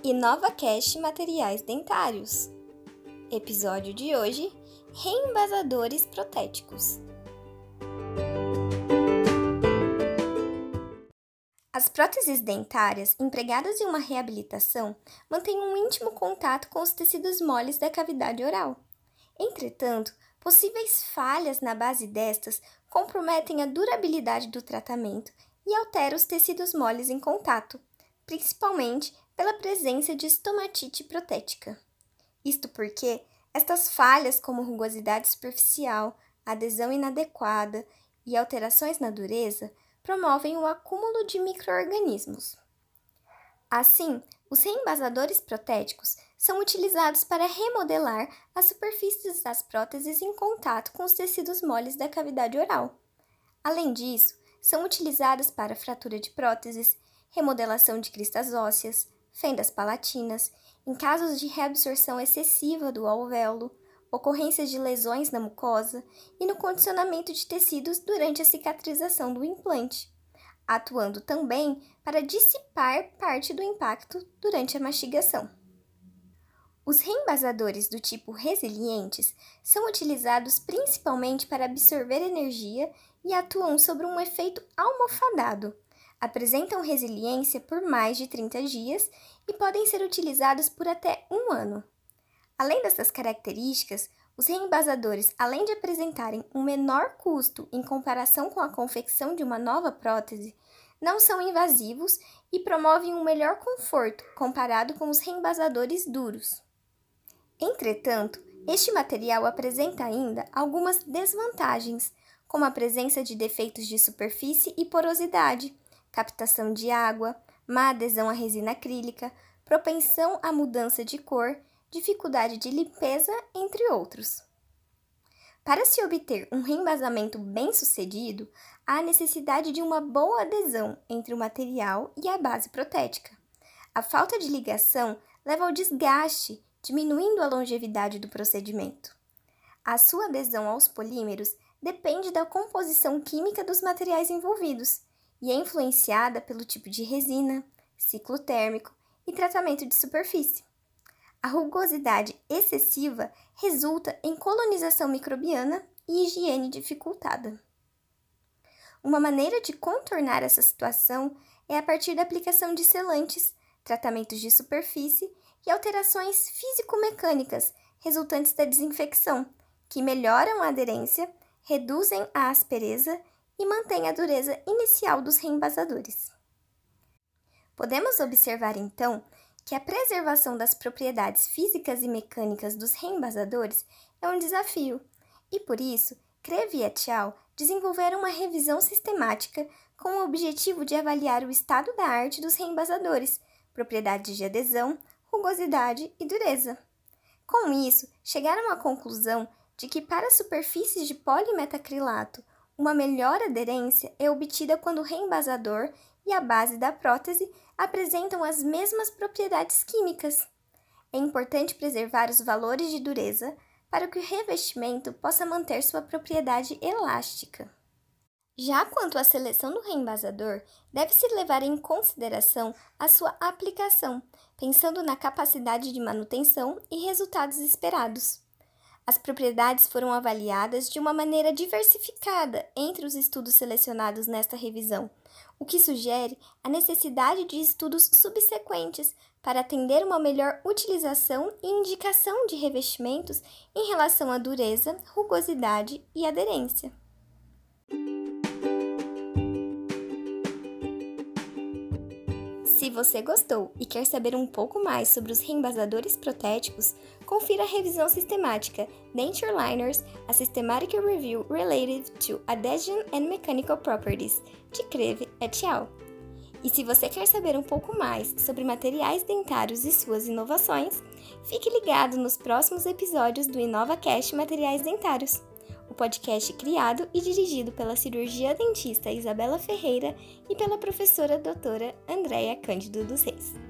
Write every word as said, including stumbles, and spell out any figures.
InovaCast Materiais Dentários. Episódio de hoje: reembasadores protéticos. As próteses dentárias empregadas em uma reabilitação mantêm um íntimo contato com os tecidos moles da cavidade oral. Entretanto, possíveis falhas na base destas comprometem a durabilidade do tratamento e alteram os tecidos moles em contato, principalmente pela presença de estomatite protética. Isto porque estas falhas, como rugosidade superficial, adesão inadequada e alterações na dureza, promovem o acúmulo de micro-organismos. Assim, os reembasadores protéticos são utilizados para remodelar as superfícies das próteses em contato com os tecidos moles da cavidade oral. Além disso, são utilizados para fratura de próteses, remodelação de cristas ósseas, fendas palatinas, em casos de reabsorção excessiva do alvéolo, ocorrências de lesões na mucosa e no condicionamento de tecidos durante a cicatrização do implante, atuando também para dissipar parte do impacto durante a mastigação. Os reembasadores do tipo resilientes são utilizados principalmente para absorver energia e atuam sobre um efeito almofadado. Apresentam resiliência por mais de trinta dias e podem ser utilizados por até um ano. Além dessas características, os reembasadores, além de apresentarem um menor custo em comparação com a confecção de uma nova prótese, não são invasivos e promovem um melhor conforto comparado com os reembasadores duros. Entretanto, este material apresenta ainda algumas desvantagens, como a presença de defeitos de superfície e porosidade, captação de água, má adesão à resina acrílica, propensão à mudança de cor, dificuldade de limpeza, entre outros. Para se obter um reembasamento bem-sucedido, há a necessidade de uma boa adesão entre o material e a base protética. A falta de ligação leva ao desgaste, diminuindo a longevidade do procedimento. A sua adesão aos polímeros depende da composição química dos materiais envolvidos e é influenciada pelo tipo de resina, ciclo térmico e tratamento de superfície. A rugosidade excessiva resulta em colonização microbiana e higiene dificultada. Uma maneira de contornar essa situação é a partir da aplicação de selantes, tratamentos de superfície e alterações físico-mecânicas resultantes da desinfecção, que melhoram a aderência, reduzem a aspereza e mantém a dureza inicial dos reembasadores. Podemos observar, então, que a preservação das propriedades físicas e mecânicas dos reembasadores é um desafio, e por isso, Creve et al. Desenvolveram uma revisão sistemática com o objetivo de avaliar o estado da arte dos reembasadores, propriedades de adesão, rugosidade e dureza. Com isso, chegaram à conclusão de que para superfícies de polimetacrilato, uma melhor aderência é obtida quando o reembasador e a base da prótese apresentam as mesmas propriedades químicas. É importante preservar os valores de dureza para que o revestimento possa manter sua propriedade elástica. Já quanto à seleção do reembasador, deve-se levar em consideração a sua aplicação, pensando na capacidade de manutenção e resultados esperados. As propriedades foram avaliadas de uma maneira diversificada entre os estudos selecionados nesta revisão, o que sugere a necessidade de estudos subsequentes para atender uma melhor utilização e indicação de revestimentos em relação à dureza, rugosidade e aderência. Se você gostou e quer saber um pouco mais sobre os reembasadores protéticos, confira a revisão sistemática Denture Liners, a Systematic Review Related to Adhesion and Mechanical Properties, de Creve et al. E se você quer saber um pouco mais sobre materiais dentários e suas inovações, fique ligado nos próximos episódios do InovaCast Materiais Dentários, o podcast criado e dirigido pela cirurgia dentista Isabela Ferreira e pela professora doutora Andréia Cândido dos Reis.